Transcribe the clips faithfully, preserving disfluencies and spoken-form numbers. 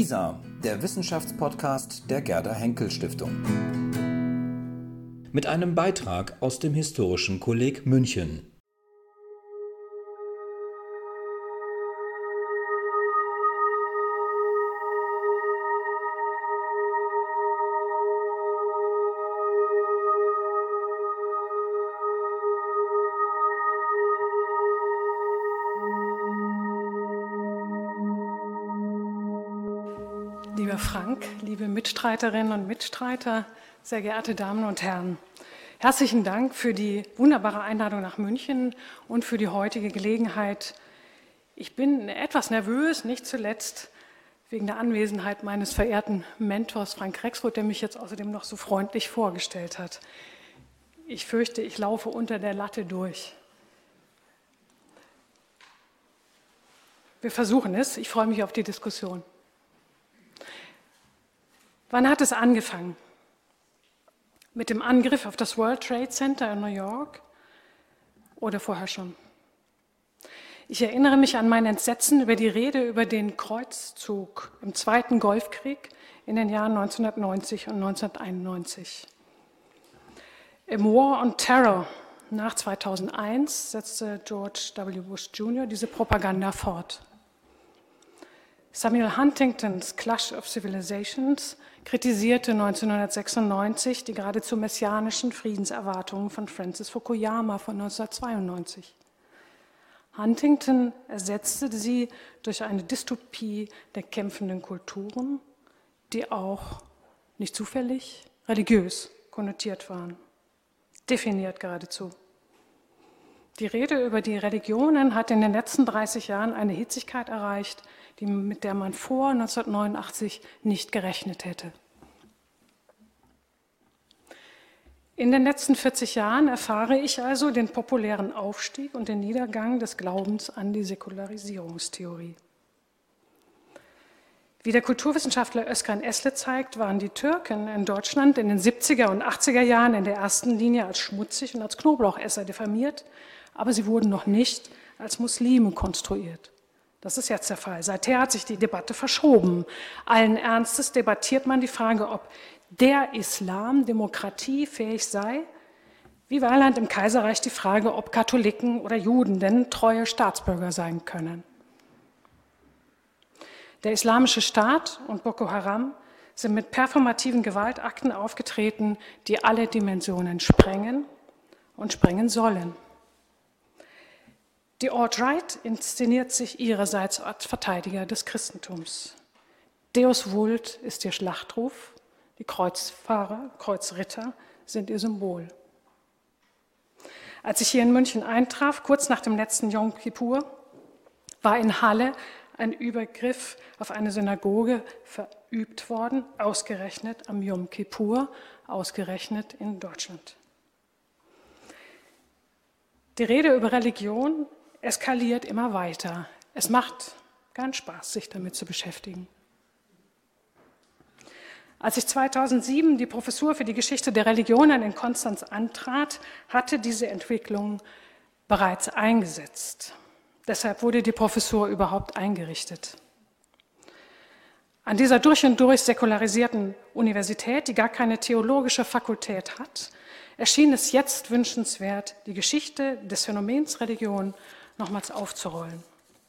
WISA, der Wissenschaftspodcast der Gerda Henkel Stiftung. Mit einem Beitrag aus dem Historischen Kolleg München. Lieber Frank, liebe Mitstreiterinnen und Mitstreiter, sehr geehrte Damen und Herren, herzlichen Dank für die wunderbare Einladung nach München und für die heutige Gelegenheit. Ich bin etwas nervös, nicht zuletzt wegen der Anwesenheit meines verehrten Mentors Frank Rexroth, der mich jetzt außerdem noch so freundlich vorgestellt hat. Ich fürchte, ich laufe unter der Latte durch. Wir versuchen es. Ich freue mich auf die Diskussion. Wann hat es angefangen? Mit dem Angriff auf das World Trade Center in New York oder vorher schon? Ich erinnere mich an mein Entsetzen über die Rede über den Kreuzzug im Zweiten Golfkrieg in den Jahren neunzehnhundertneunzig und neunzehnhunderteinundneunzig. Im War on Terror nach zweitausendeins setzte George W. Bush Junior diese Propaganda fort. Samuel Huntingtons Clash of Civilizations kritisierte neunzehnhundertsechsundneunzig die geradezu messianischen Friedenserwartungen von Francis Fukuyama von neunzehnhundertzweiundneunzig. Huntington ersetzte sie durch eine Dystopie der kämpfenden Kulturen, die auch, nicht zufällig, religiös konnotiert waren, definiert geradezu. Die Rede über die Religionen hat in den letzten dreißig Jahren eine Hitzigkeit erreicht, die, mit der man vor neunzehnhundertneunundachtzig nicht gerechnet hätte. In den letzten vierzig Jahren erfahre ich also den populären Aufstieg und den Niedergang des Glaubens an die Säkularisierungstheorie. Wie der Kulturwissenschaftler Özkan Esle zeigt, waren die Türken in Deutschland in den siebziger und achtziger Jahren in der ersten Linie als schmutzig und als Knoblauchesser diffamiert, aber sie wurden noch nicht als Muslime konstruiert. Das ist jetzt der Fall. Seither hat sich die Debatte verschoben. Allen Ernstes debattiert man die Frage, ob der Islam demokratiefähig sei, wie Weiland im Kaiserreich die Frage, ob Katholiken oder Juden denn treue Staatsbürger sein können. Der Islamische Staat und Boko Haram sind mit performativen Gewaltakten aufgetreten, die alle Dimensionen sprengen und sprengen sollen. Die Alt-Right inszeniert sich ihrerseits als Verteidiger des Christentums. Deus Vult ist ihr Schlachtruf, die Kreuzfahrer, Kreuzritter sind ihr Symbol. Als ich hier in München eintraf, kurz nach dem letzten Yom Kippur, war in Halle ein Übergriff auf eine Synagoge verübt worden, ausgerechnet am Yom Kippur, ausgerechnet in Deutschland. Die Rede über Religion eskaliert immer weiter. Es macht keinen Spaß, sich damit zu beschäftigen. Als ich zweitausendsieben die Professur für die Geschichte der Religionen in Konstanz antrat, hatte diese Entwicklung bereits eingesetzt. Deshalb wurde die Professur überhaupt eingerichtet. An dieser durch und durch säkularisierten Universität, die gar keine theologische Fakultät hat, erschien es jetzt wünschenswert, die Geschichte des Phänomens Religion nochmals aufzurollen.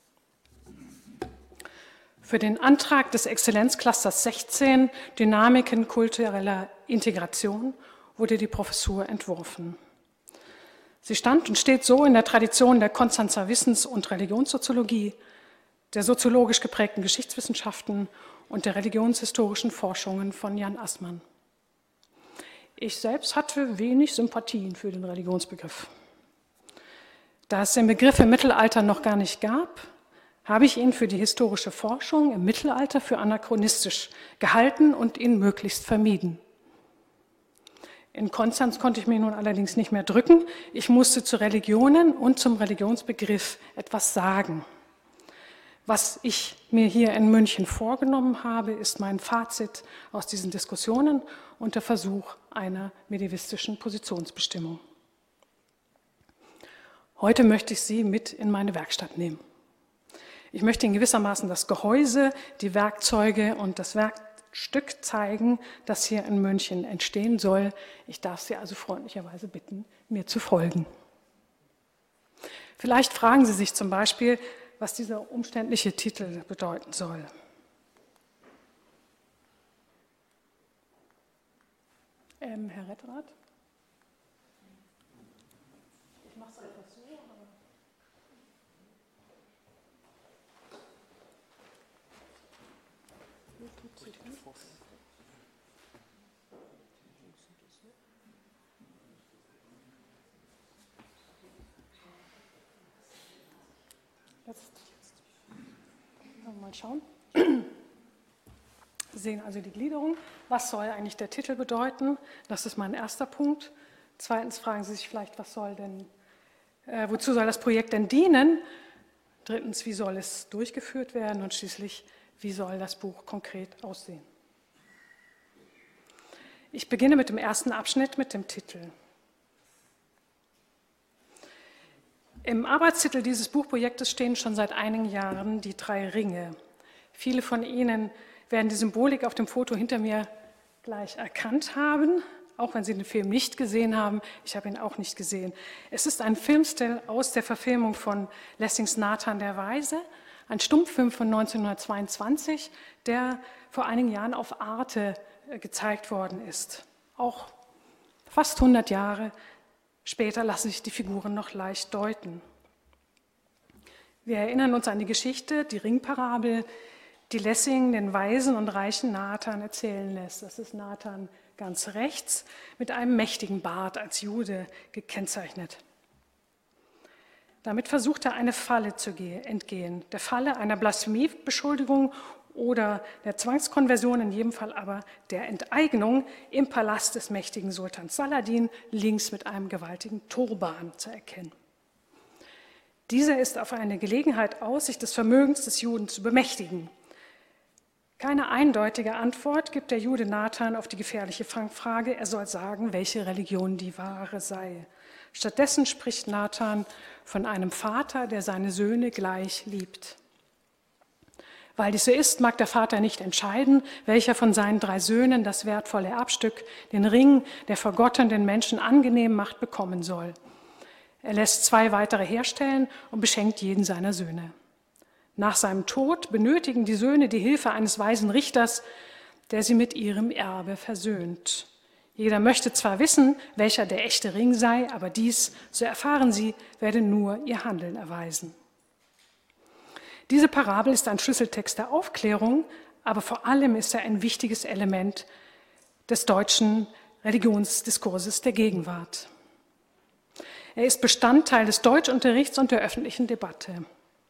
Für den Antrag des Exzellenzclusters sechzehn, Dynamiken kultureller Integration, wurde die Professur entworfen. Sie stand und steht so in der Tradition der Konstanzer Wissens- und Religionssoziologie, der soziologisch geprägten Geschichtswissenschaften und der religionshistorischen Forschungen von Jan Assmann. Ich selbst hatte wenig Sympathien für den Religionsbegriff. Da es den Begriff im Mittelalter noch gar nicht gab, habe ich ihn für die historische Forschung im Mittelalter für anachronistisch gehalten und ihn möglichst vermieden. In Konstanz konnte ich mich nun allerdings nicht mehr drücken. Ich musste zu Religionen und zum Religionsbegriff etwas sagen. Was ich mir hier in München vorgenommen habe, ist mein Fazit aus diesen Diskussionen und der Versuch einer medievistischen Positionsbestimmung. Heute möchte ich Sie mit in meine Werkstatt nehmen. Ich möchte Ihnen gewissermaßen das Gehäuse, die Werkzeuge und das Werkstück zeigen, das hier in München entstehen soll. Ich darf Sie also freundlicherweise bitten, mir zu folgen. Vielleicht fragen Sie sich zum Beispiel, was dieser umständliche Titel bedeuten soll. Ähm, Herr Rettrath? Ich mache es einfach so. Aber Jetzt mal schauen. Sie sehen also die Gliederung. Was soll eigentlich der Titel bedeuten? Das ist mein erster Punkt. Zweitens fragen Sie sich vielleicht, was soll denn, äh, wozu soll das Projekt denn dienen? Drittens, wie soll es durchgeführt werden? Und schließlich, wie soll das Buch konkret aussehen? Ich beginne mit dem ersten Abschnitt mit dem Titel. Im Arbeitstitel dieses Buchprojektes stehen schon seit einigen Jahren die drei Ringe. Viele von Ihnen werden die Symbolik auf dem Foto hinter mir gleich erkannt haben, auch wenn Sie den Film nicht gesehen haben. Ich habe ihn auch nicht gesehen. Es ist ein Filmstill aus der Verfilmung von Lessings Nathan der Weise, ein Stummfilm von neunzehnhundertzweiundzwanzig, der vor einigen Jahren auf Arte gezeigt worden ist. Auch fast hundert Jahre später lassen sich die Figuren noch leicht deuten. Wir erinnern uns an die Geschichte, die Ringparabel, die Lessing den weisen und reichen Nathan erzählen lässt. Das ist Nathan ganz rechts, mit einem mächtigen Bart als Jude gekennzeichnet. Damit versucht er, eine Falle zu entgehen, der Falle einer Blasphemiebeschuldigung oder der Zwangskonversion, in jedem Fall aber der Enteignung im Palast des mächtigen Sultans Saladin, links mit einem gewaltigen Turban zu erkennen. Dieser ist auf eine Gelegenheit aus, sich des Vermögens des Juden zu bemächtigen. Keine eindeutige Antwort gibt der Jude Nathan auf die gefährliche Fangfrage, er soll sagen, welche Religion die wahre sei. Stattdessen spricht Nathan von einem Vater, der seine Söhne gleich liebt. Weil dies so ist, mag der Vater nicht entscheiden, welcher von seinen drei Söhnen das wertvolle Erbstück, den Ring, der vor Gott und den Menschen angenehm macht, bekommen soll. Er lässt zwei weitere herstellen und beschenkt jeden seiner Söhne. Nach seinem Tod benötigen die Söhne die Hilfe eines weisen Richters, der sie mit ihrem Erbe versöhnt. Jeder möchte zwar wissen, welcher der echte Ring sei, aber dies, so erfahren sie, werde nur ihr Handeln erweisen. Diese Parabel ist ein Schlüsseltext der Aufklärung, aber vor allem ist er ein wichtiges Element des deutschen Religionsdiskurses der Gegenwart. Er ist Bestandteil des Deutschunterrichts und der öffentlichen Debatte.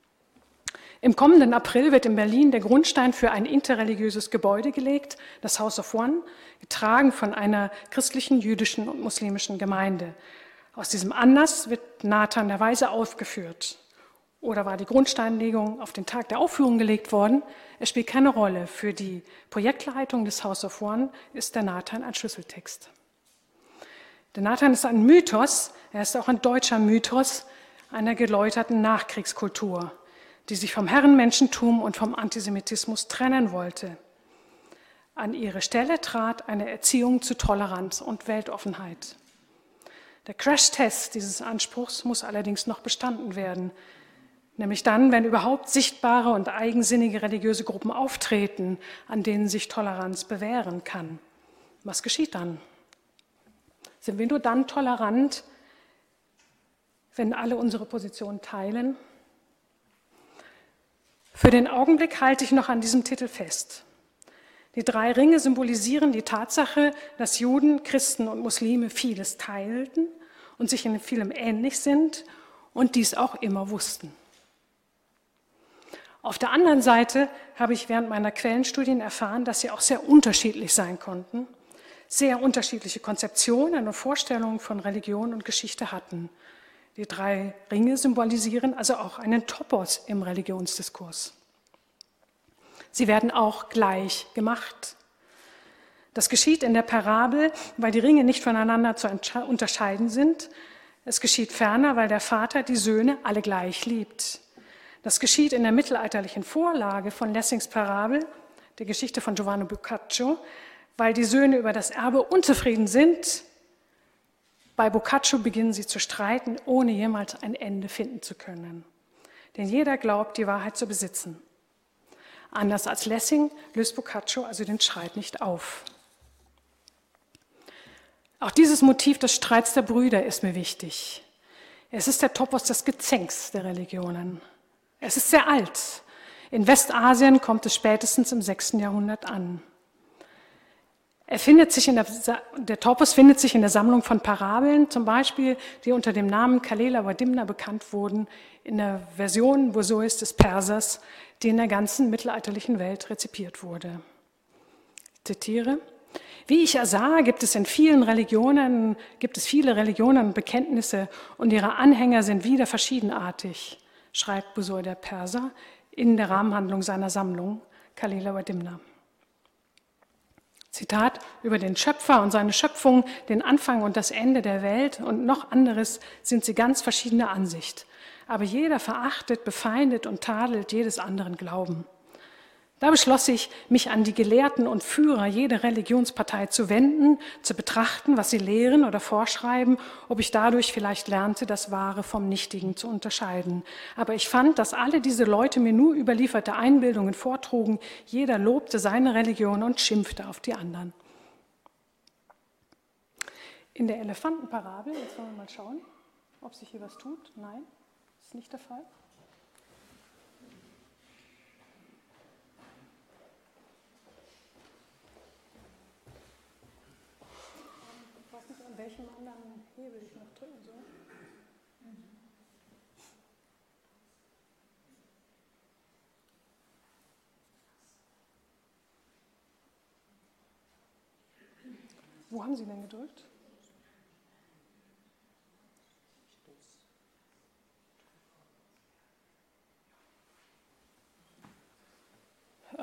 Im kommenden April wird in Berlin der Grundstein für ein interreligiöses Gebäude gelegt, das House of One, getragen von einer christlichen, jüdischen und muslimischen Gemeinde. Aus diesem Anlass wird Nathan der Weise aufgeführt. Oder war die Grundsteinlegung auf den Tag der Aufführung gelegt worden? Es spielt keine Rolle. Für die Projektleitung des House of One ist der Nathan ein Schlüsseltext. Der Nathan ist ein Mythos, er ist auch ein deutscher Mythos einer geläuterten Nachkriegskultur, die sich vom Herrenmenschentum und vom Antisemitismus trennen wollte. An ihre Stelle trat eine Erziehung zu Toleranz und Weltoffenheit. Der Crashtest dieses Anspruchs muss allerdings noch bestanden werden, nämlich dann, wenn überhaupt sichtbare und eigensinnige religiöse Gruppen auftreten, an denen sich Toleranz bewähren kann. Was geschieht dann? Sind wir nur dann tolerant, wenn alle unsere Position teilen? Für den Augenblick halte ich noch an diesem Titel fest. Die drei Ringe symbolisieren die Tatsache, dass Juden, Christen und Muslime vieles teilten und sich in vielem ähnlich sind und dies auch immer wussten. Auf der anderen Seite habe ich während meiner Quellenstudien erfahren, dass sie auch sehr unterschiedlich sein konnten, sehr unterschiedliche Konzeptionen und Vorstellungen von Religion und Geschichte hatten. Die drei Ringe symbolisieren also auch einen Topos im Religionsdiskurs. Sie werden auch gleich gemacht. Das geschieht in der Parabel, weil die Ringe nicht voneinander zu unterscheiden sind. Es geschieht ferner, weil der Vater die Söhne alle gleich liebt. Das geschieht in der mittelalterlichen Vorlage von Lessings Parabel, der Geschichte von Giovanni Boccaccio, weil die Söhne über das Erbe unzufrieden sind. Bei Boccaccio beginnen sie zu streiten, ohne jemals ein Ende finden zu können. Denn jeder glaubt, die Wahrheit zu besitzen. Anders als Lessing löst Boccaccio also den Streit nicht auf. Auch dieses Motiv des Streits der Brüder ist mir wichtig. Es ist der Topos des Gezänks der Religionen. Es ist sehr alt. In Westasien kommt es spätestens im sechsten Jahrhundert an. Er findet sich in der, der Topos findet sich in der Sammlung von Parabeln, zum Beispiel, die unter dem Namen Kalela wa Dimna bekannt wurden, in der Version Bozois des Persers, die in der ganzen mittelalterlichen Welt rezipiert wurde. Ich zitiere: Wie ich ersah, gibt es in vielen Religionen, gibt es viele Religionen und Bekenntnisse und ihre Anhänger sind wieder verschiedenartig, schreibt Bozoi der Perser in der Rahmenhandlung seiner Sammlung Kalela wa Dimna. Zitat: Über den Schöpfer und seine Schöpfung, den Anfang und das Ende der Welt und noch anderes sind sie ganz verschiedener Ansicht. Aber jeder verachtet, befeindet und tadelt jedes anderen Glauben. Da beschloss ich, mich an die Gelehrten und Führer jeder Religionspartei zu wenden, zu betrachten, was sie lehren oder vorschreiben, ob ich dadurch vielleicht lernte, das Wahre vom Nichtigen zu unterscheiden. Aber ich fand, dass alle diese Leute mir nur überlieferte Einbildungen vortrugen, jeder lobte seine Religion und schimpfte auf die anderen. In der Elefantenparabel, jetzt wollen wir mal schauen, ob sich hier was tut. Nein, ist nicht der Fall. Welchen anderen Hebel ich noch drücken soll? Wo haben Sie denn gedrückt? Äh,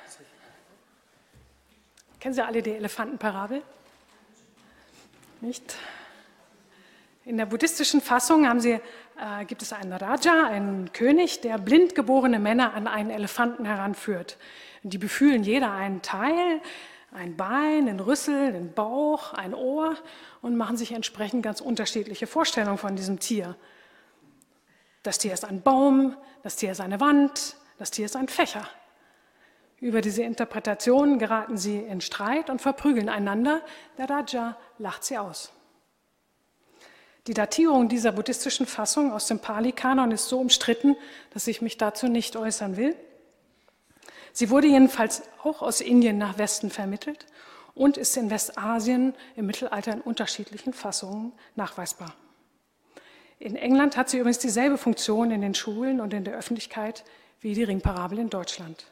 kennen Sie alle die Elefantenparabel? Nicht? In der buddhistischen Fassung haben sie, äh, gibt es einen Raja, einen König, der blind geborene Männer an einen Elefanten heranführt. Die befühlen jeder einen Teil, ein Bein, den Rüssel, den Bauch, ein Ohr und machen sich entsprechend ganz unterschiedliche Vorstellungen von diesem Tier. Das Tier ist ein Baum, das Tier ist eine Wand, das Tier ist ein Fächer. Über diese Interpretation geraten sie in Streit und verprügeln einander. Der Raja lacht sie aus. Die Datierung dieser buddhistischen Fassung aus dem Pali-Kanon ist so umstritten, dass ich mich dazu nicht äußern will. Sie wurde jedenfalls auch aus Indien nach Westen vermittelt und ist in Westasien im Mittelalter in unterschiedlichen Fassungen nachweisbar. In England hat sie übrigens dieselbe Funktion in den Schulen und in der Öffentlichkeit wie die Ringparabel in Deutschland.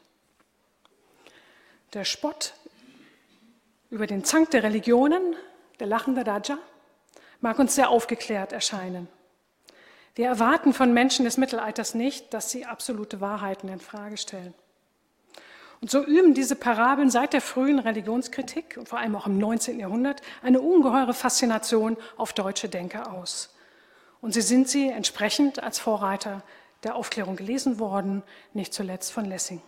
Der Spott über den Zank der Religionen, der lachende Raja, mag uns sehr aufgeklärt erscheinen. Wir erwarten von Menschen des Mittelalters nicht, dass sie absolute Wahrheiten in Frage stellen. Und so üben diese Parabeln seit der frühen Religionskritik und vor allem auch im neunzehnten Jahrhundert eine ungeheure Faszination auf deutsche Denker aus. Und sie sind sie entsprechend als Vorreiter der Aufklärung gelesen worden, nicht zuletzt von Lessing.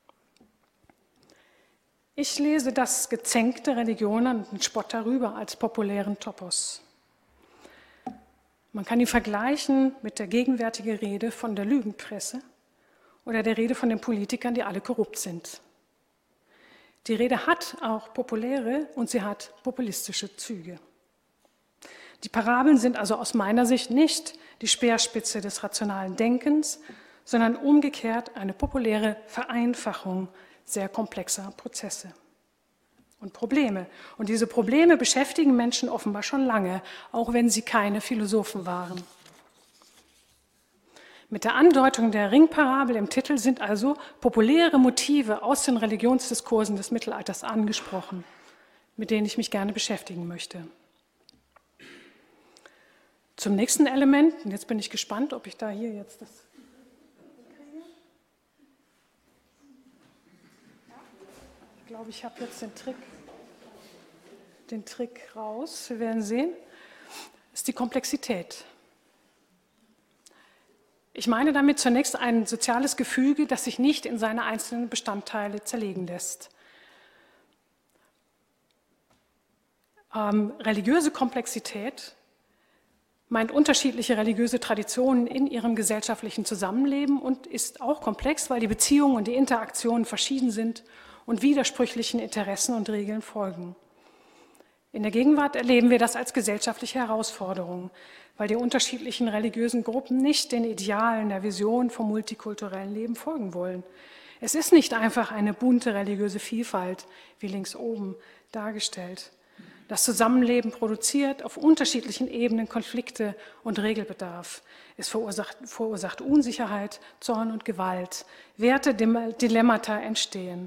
Ich lese das Gezänk der Religionen und den Spott darüber als populären Topos. Man kann ihn vergleichen mit der gegenwärtigen Rede von der Lügenpresse oder der Rede von den Politikern, die alle korrupt sind. Die Rede hat auch populäre und sie hat populistische Züge. Die Parabeln sind also aus meiner Sicht nicht die Speerspitze des rationalen Denkens, sondern umgekehrt eine populäre Vereinfachung sehr komplexer Prozesse und Probleme. Und diese Probleme beschäftigen Menschen offenbar schon lange, auch wenn sie keine Philosophen waren. Mit der Andeutung der Ringparabel im Titel sind also populäre Motive aus den Religionsdiskursen des Mittelalters angesprochen, mit denen ich mich gerne beschäftigen möchte. Zum nächsten Element, und jetzt bin ich gespannt, ob ich da hier jetzt das kriege. Ich glaube, ich habe jetzt den Trick, den Trick raus. Wir werden sehen. Das ist die Komplexität. Ich meine damit zunächst ein soziales Gefüge, das sich nicht in seine einzelnen Bestandteile zerlegen lässt. Ähm, religiöse Komplexität meint unterschiedliche religiöse Traditionen in ihrem gesellschaftlichen Zusammenleben und ist auch komplex, weil die Beziehungen und die Interaktionen verschieden sind und widersprüchlichen Interessen und Regeln folgen. In der Gegenwart erleben wir das als gesellschaftliche Herausforderung, weil die unterschiedlichen religiösen Gruppen nicht den Idealen der Vision vom multikulturellen Leben folgen wollen. Es ist nicht einfach eine bunte religiöse Vielfalt, wie links oben dargestellt. Das Zusammenleben produziert auf unterschiedlichen Ebenen Konflikte und Regelbedarf. Es verursacht, verursacht Unsicherheit, Zorn und Gewalt. Wertedilemmata entstehen.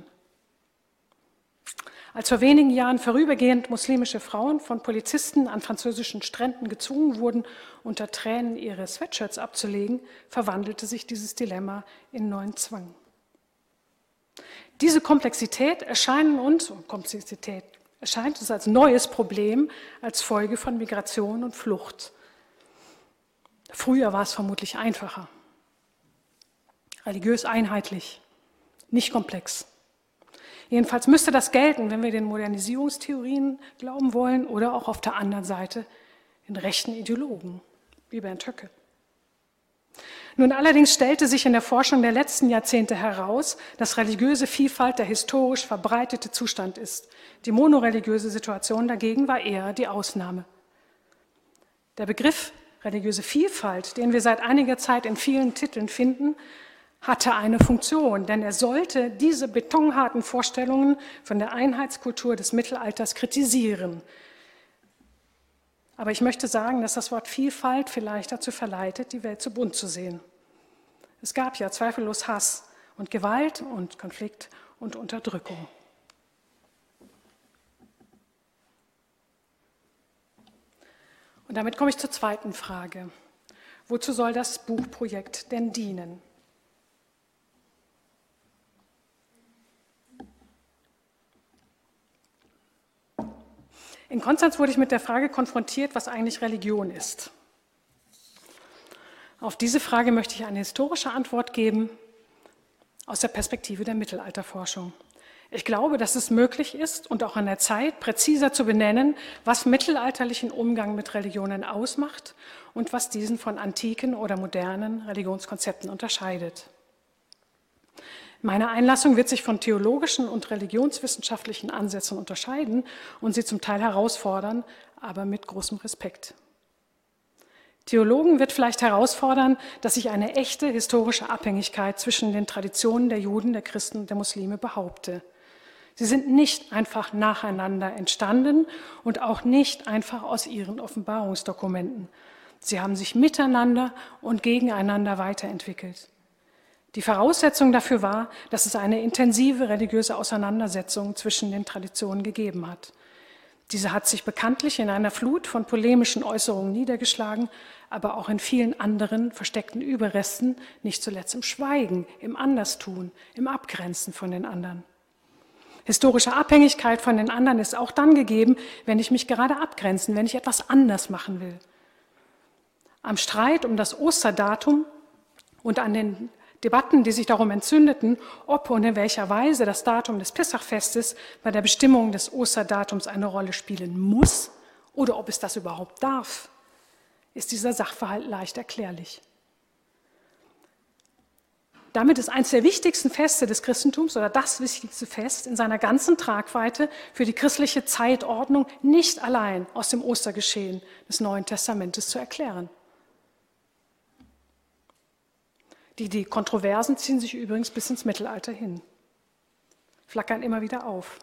Als vor wenigen Jahren vorübergehend muslimische Frauen von Polizisten an französischen Stränden gezwungen wurden, unter Tränen ihre Sweatshirts abzulegen, verwandelte sich dieses Dilemma in neuen Zwang. Diese Komplexität erscheinen uns, Komplexität erscheint uns als neues Problem, als Folge von Migration und Flucht. Früher war es vermutlich einfacher, religiös einheitlich, nicht komplex. Jedenfalls müsste das gelten, wenn wir den Modernisierungstheorien glauben wollen oder auch auf der anderen Seite den rechten Ideologen, wie Bernd Höcke. Nun allerdings stellte sich in der Forschung der letzten Jahrzehnte heraus, dass religiöse Vielfalt der historisch verbreitete Zustand ist. Die monoreligiöse Situation dagegen war eher die Ausnahme. Der Begriff religiöse Vielfalt, den wir seit einiger Zeit in vielen Titeln finden, hatte eine Funktion, denn er sollte diese betonharten Vorstellungen von der Einheitskultur des Mittelalters kritisieren. Aber ich möchte sagen, dass das Wort Vielfalt vielleicht dazu verleitet, die Welt zu bunt zu sehen. Es gab ja zweifellos Hass und Gewalt und Konflikt und Unterdrückung. Und damit komme ich zur zweiten Frage. Wozu soll das Buchprojekt denn dienen? In Konstanz wurde ich mit der Frage konfrontiert, was eigentlich Religion ist. Auf diese Frage möchte ich eine historische Antwort geben aus der Perspektive der Mittelalterforschung. Ich glaube, dass es möglich ist und auch an der Zeit, präziser zu benennen, was mittelalterlichen Umgang mit Religionen ausmacht und was diesen von antiken oder modernen Religionskonzepten unterscheidet. Meine Einlassung wird sich von theologischen und religionswissenschaftlichen Ansätzen unterscheiden und sie zum Teil herausfordern, aber mit großem Respekt. Theologen wird vielleicht herausfordern, dass sich eine echte historische Abhängigkeit zwischen den Traditionen der Juden, der Christen und der Muslime behaupte. Sie sind nicht einfach nacheinander entstanden und auch nicht einfach aus ihren Offenbarungsdokumenten. Sie haben sich miteinander und gegeneinander weiterentwickelt. Die Voraussetzung dafür war, dass es eine intensive religiöse Auseinandersetzung zwischen den Traditionen gegeben hat. Diese hat sich bekanntlich in einer Flut von polemischen Äußerungen niedergeschlagen, aber auch in vielen anderen versteckten Überresten, nicht zuletzt im Schweigen, im Anderstun, im Abgrenzen von den anderen. Historische Abhängigkeit von den anderen ist auch dann gegeben, wenn ich mich gerade abgrenzen, wenn ich etwas anders machen will. Am Streit um das Osterdatum und an den Debatten, die sich darum entzündeten, ob und in welcher Weise das Datum des Pessachfestes bei der Bestimmung des Osterdatums eine Rolle spielen muss oder ob es das überhaupt darf, ist dieser Sachverhalt leicht erklärlich. Damit ist eines der wichtigsten Feste des Christentums oder das wichtigste Fest in seiner ganzen Tragweite für die christliche Zeitordnung nicht allein aus dem Ostergeschehen des Neuen Testamentes zu erklären. Die, die Kontroversen ziehen sich übrigens bis ins Mittelalter hin, flackern immer wieder auf.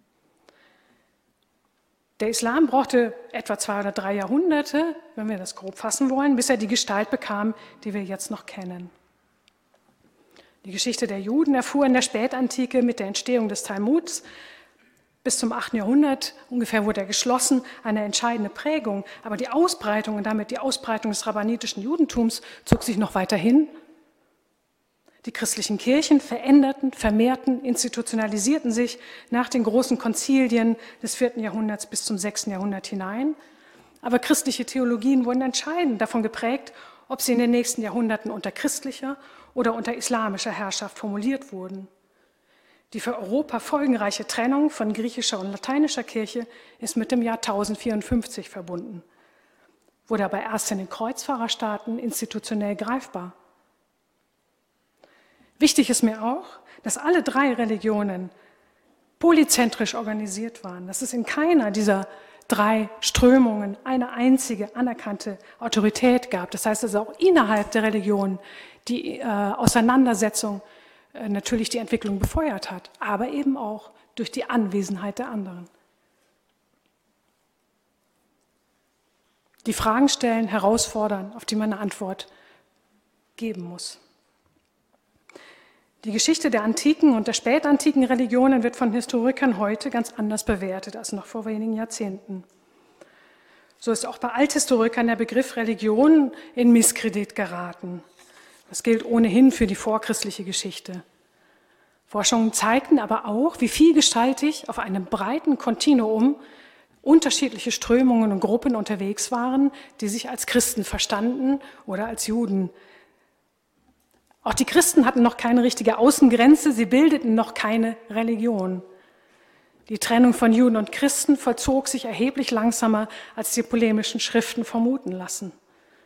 Der Islam brauchte etwa zwei oder drei Jahrhunderte, wenn wir das grob fassen wollen, bis er die Gestalt bekam, die wir jetzt noch kennen. Die Geschichte der Juden erfuhr in der Spätantike mit der Entstehung des Talmuds. Bis zum achten Jahrhundert ungefähr wurde er geschlossen, eine entscheidende Prägung. Aber die Ausbreitung und damit die Ausbreitung des rabbinitischen Judentums zog sich noch weiter hin. Die christlichen Kirchen veränderten, vermehrten, institutionalisierten sich nach den großen Konzilien des vierten Jahrhunderts bis zum sechsten Jahrhundert hinein. Aber christliche Theologien wurden entscheidend davon geprägt, ob sie in den nächsten Jahrhunderten unter christlicher oder unter islamischer Herrschaft formuliert wurden. Die für Europa folgenreiche Trennung von griechischer und lateinischer Kirche ist mit dem Jahr tausendvierundfünfzig verbunden, wurde aber erst in den Kreuzfahrerstaaten institutionell greifbar. Wichtig ist mir auch, dass alle drei Religionen polyzentrisch organisiert waren, dass es in keiner dieser drei Strömungen eine einzige anerkannte Autorität gab. Das heißt, dass auch innerhalb der Religion die äh, Auseinandersetzung äh, natürlich die Entwicklung befeuert hat, aber eben auch durch die Anwesenheit der anderen. Die Fragen stellen, herausfordern, auf die man eine Antwort geben muss. Die Geschichte der antiken und der spätantiken Religionen wird von Historikern heute ganz anders bewertet als noch vor wenigen Jahrzehnten. So ist auch bei Althistorikern der Begriff Religion in Misskredit geraten. Das gilt ohnehin für die vorchristliche Geschichte. Forschungen zeigten aber auch, wie vielgestaltig auf einem breiten Kontinuum unterschiedliche Strömungen und Gruppen unterwegs waren, die sich als Christen verstanden oder als Juden. Auch die Christen hatten noch keine richtige Außengrenze, sie bildeten noch keine Religion. Die Trennung von Juden und Christen vollzog sich erheblich langsamer, als die polemischen Schriften vermuten lassen.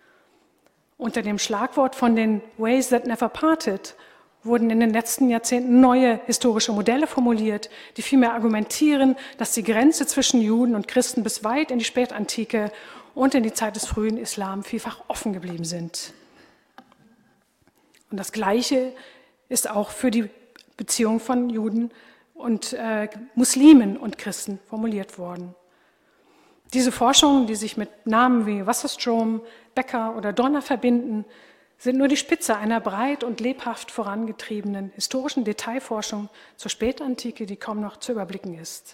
Unter dem Schlagwort von den Ways that never parted wurden in den letzten Jahrzehnten neue historische Modelle formuliert, die vielmehr argumentieren, dass die Grenze zwischen Juden und Christen bis weit in die Spätantike und in die Zeit des frühen Islam vielfach offen geblieben sind. Und das Gleiche ist auch für die Beziehung von Juden und äh, Muslimen und Christen formuliert worden. Diese Forschungen, die sich mit Namen wie Wasserstrom, Becker oder Donner verbinden, sind nur die Spitze einer breit und lebhaft vorangetriebenen historischen Detailforschung zur Spätantike, die kaum noch zu überblicken ist.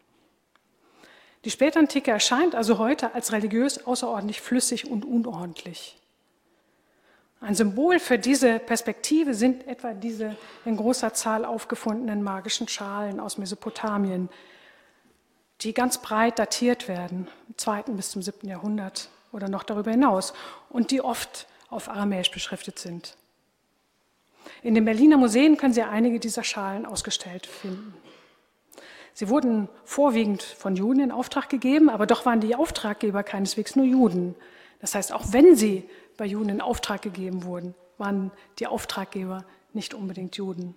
Die Spätantike erscheint also heute als religiös außerordentlich flüssig und unordentlich. Ein Symbol für diese Perspektive sind etwa diese in großer Zahl aufgefundenen magischen Schalen aus Mesopotamien, die ganz breit datiert werden, im zweiten bis zum siebten Jahrhundert oder noch darüber hinaus, und die oft auf Aramäisch beschriftet sind. In den Berliner Museen können Sie einige dieser Schalen ausgestellt finden. Sie wurden vorwiegend von Juden in Auftrag gegeben, aber doch waren die Auftraggeber keineswegs nur Juden. Das heißt, auch wenn sie bei Juden in Auftrag gegeben wurden, waren die Auftraggeber nicht unbedingt Juden.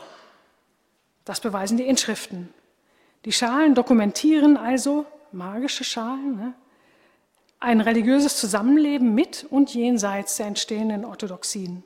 Das beweisen die Inschriften. Die Schalen dokumentieren also, magische Schalen, ne, ein religiöses Zusammenleben mit und jenseits der entstehenden Orthodoxien.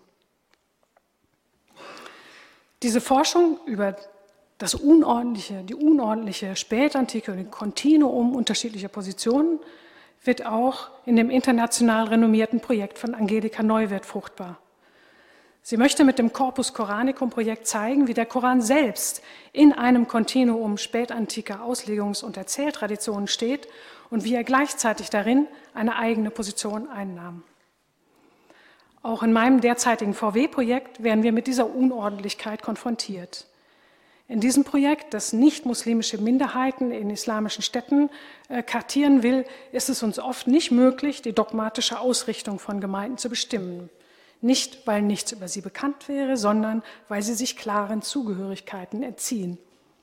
Diese Forschung über das Unordentliche, die unordentliche Spätantike und ein Kontinuum unterschiedlicher Positionen wird auch in dem international renommierten Projekt von Angelika Neuwirth fruchtbar. Sie möchte mit dem Corpus Coranicum-Projekt zeigen, wie der Koran selbst in einem Kontinuum spätantiker Auslegungs- und Erzähltraditionen steht und wie er gleichzeitig darin eine eigene Position einnahm. Auch in meinem derzeitigen V W-Projekt werden wir mit dieser Unordentlichkeit konfrontiert. In diesem Projekt, das nicht-muslimische Minderheiten in islamischen Städten äh, kartieren will, ist es uns oft nicht möglich, die dogmatische Ausrichtung von Gemeinden zu bestimmen. Nicht, weil nichts über sie bekannt wäre, sondern weil sie sich klaren Zugehörigkeiten entziehen.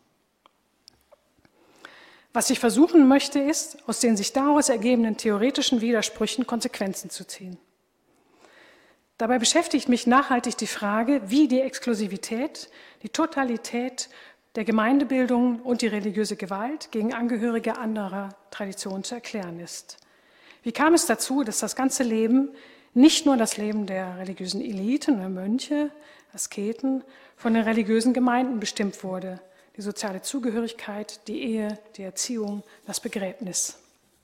Was ich versuchen möchte, ist, aus den sich daraus ergebenden theoretischen Widersprüchen Konsequenzen zu ziehen. Dabei beschäftigt mich nachhaltig die Frage, wie die Exklusivität, die Totalität der Gemeindebildung und die religiöse Gewalt gegen Angehörige anderer Traditionen zu erklären ist. Wie kam es dazu, dass das ganze Leben, nicht nur das Leben der religiösen Eliten oder Mönche, Asketen, von den religiösen Gemeinden bestimmt wurde? Die soziale Zugehörigkeit, die Ehe, die Erziehung, das Begräbnis.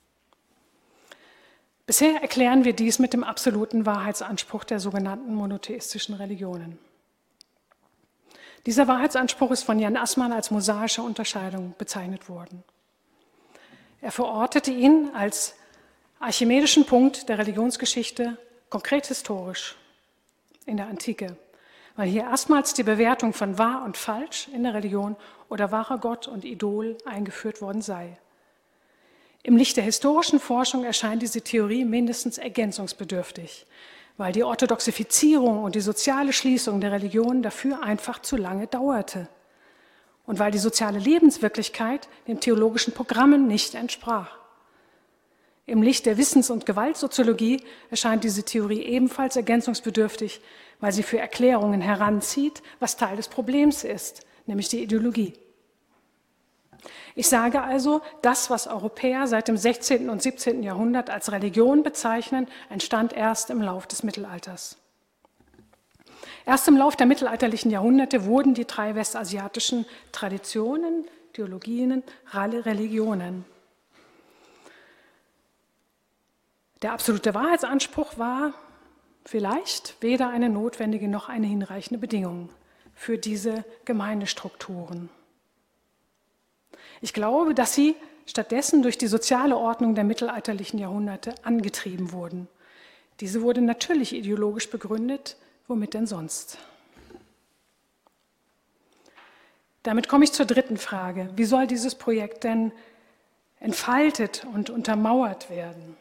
Bisher erklären wir dies mit dem absoluten Wahrheitsanspruch der sogenannten monotheistischen Religionen. Dieser Wahrheitsanspruch ist von Jan Assmann als mosaische Unterscheidung bezeichnet worden. Er verortete ihn als archimedischen Punkt der Religionsgeschichte, konkret historisch, in der Antike, weil hier erstmals die Bewertung von wahr und falsch in der Religion oder wahrer Gott und Idol eingeführt worden sei. Im Licht der historischen Forschung erscheint diese Theorie mindestens ergänzungsbedürftig, weil die Orthodoxifizierung und die soziale Schließung der Religion dafür einfach zu lange dauerte und weil die soziale Lebenswirklichkeit den theologischen Programmen nicht entsprach. Im Licht der Wissens- und Gewaltsoziologie erscheint diese Theorie ebenfalls ergänzungsbedürftig, weil sie für Erklärungen heranzieht, was Teil des Problems ist, nämlich die Ideologie. Ich sage also, das, was Europäer seit dem sechzehnten und siebzehnten Jahrhundert als Religion bezeichnen, entstand erst im Lauf des Mittelalters. Erst im Lauf der mittelalterlichen Jahrhunderte wurden die drei westasiatischen Traditionen, Theologien, Religionen. Der absolute Wahrheitsanspruch war vielleicht weder eine notwendige noch eine hinreichende Bedingung für diese Gemeindestrukturen. Ich glaube, dass sie stattdessen durch die soziale Ordnung der mittelalterlichen Jahrhunderte angetrieben wurden. Diese wurde natürlich ideologisch begründet, womit denn sonst? Damit komme ich zur dritten Frage. Wie soll dieses Projekt denn entfaltet und untermauert werden?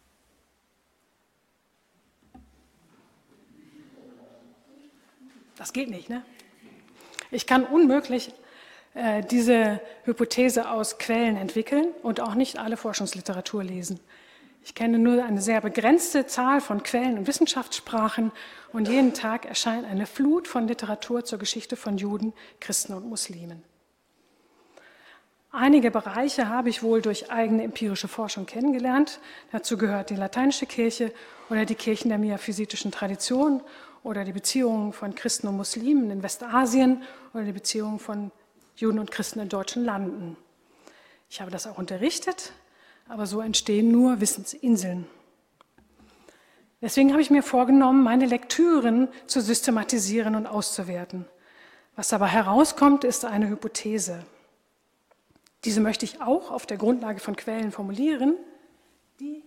Das geht nicht, ne? Ich kann unmöglich äh, diese Hypothese aus Quellen entwickeln und auch nicht alle Forschungsliteratur lesen. Ich kenne nur eine sehr begrenzte Zahl von Quellen und Wissenschaftssprachen und jeden Tag erscheint eine Flut von Literatur zur Geschichte von Juden, Christen und Muslimen. Einige Bereiche habe ich wohl durch eigene empirische Forschung kennengelernt. Dazu gehört die lateinische Kirche oder die Kirchen der miaphysitischen Tradition oder die Beziehungen von Christen und Muslimen in Westasien oder die Beziehungen von Juden und Christen in deutschen Landen. Ich habe das auch unterrichtet, aber so entstehen nur Wissensinseln. Deswegen habe ich mir vorgenommen, meine Lektüren zu systematisieren und auszuwerten. Was dabei herauskommt, ist eine Hypothese. Diese möchte ich auch auf der Grundlage von Quellen formulieren, die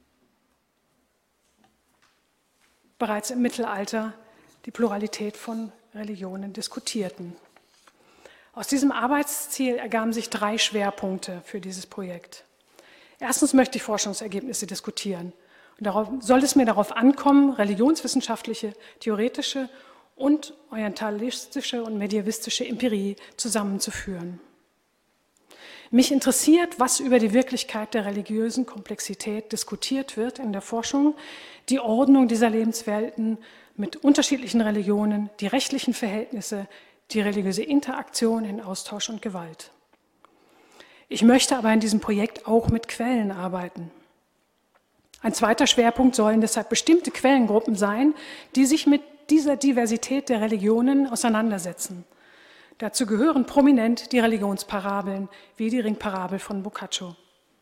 bereits im Mittelalter die Pluralität von Religionen diskutierten. Aus diesem Arbeitsziel ergaben sich drei Schwerpunkte für dieses Projekt. Erstens möchte ich Forschungsergebnisse diskutieren. Und darauf, soll es mir darauf ankommen, religionswissenschaftliche, theoretische und orientalistische und medievistische Empirie zusammenzuführen. Mich interessiert, was über die Wirklichkeit der religiösen Komplexität diskutiert wird in der Forschung, die Ordnung dieser Lebenswelten mit unterschiedlichen Religionen, die rechtlichen Verhältnisse, die religiöse Interaktion in Austausch und Gewalt. Ich möchte aber in diesem Projekt auch mit Quellen arbeiten. Ein zweiter Schwerpunkt sollen deshalb bestimmte Quellengruppen sein, die sich mit dieser Diversität der Religionen auseinandersetzen. Dazu gehören prominent die Religionsparabeln, wie die Ringparabel von Boccaccio.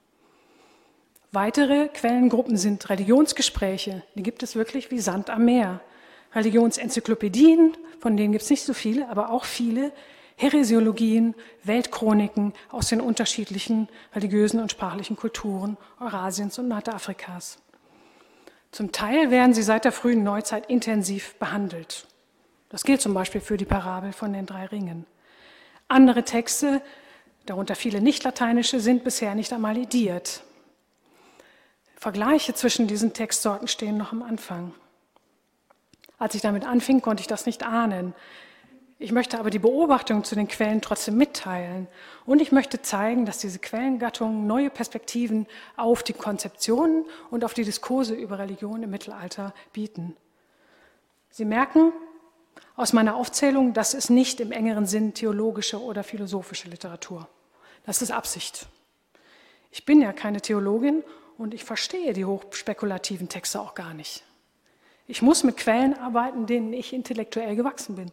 Weitere Quellengruppen sind Religionsgespräche, die gibt es wirklich wie Sand am Meer. Religionsenzyklopädien, von denen gibt es nicht so viele, aber auch viele. Heresiologien, Weltchroniken aus den unterschiedlichen religiösen und sprachlichen Kulturen Eurasiens und Nordafrikas. Zum Teil werden sie seit der frühen Neuzeit intensiv behandelt. Das gilt zum Beispiel für die Parabel von den drei Ringen. Andere Texte, darunter viele nicht-lateinische, sind bisher nicht einmal ediert. Vergleiche zwischen diesen Textsorten stehen noch am Anfang. Als ich damit anfing, konnte ich das nicht ahnen. Ich möchte aber die Beobachtung zu den Quellen trotzdem mitteilen. Und ich möchte zeigen, dass diese Quellengattungen neue Perspektiven auf die Konzeptionen und auf die Diskurse über Religion im Mittelalter bieten. Sie merken aus meiner Aufzählung, das ist nicht im engeren Sinn theologische oder philosophische Literatur. Das ist Absicht. Ich bin ja keine Theologin und ich verstehe die hochspekulativen Texte auch gar nicht. Ich muss mit Quellen arbeiten, denen ich intellektuell gewachsen bin.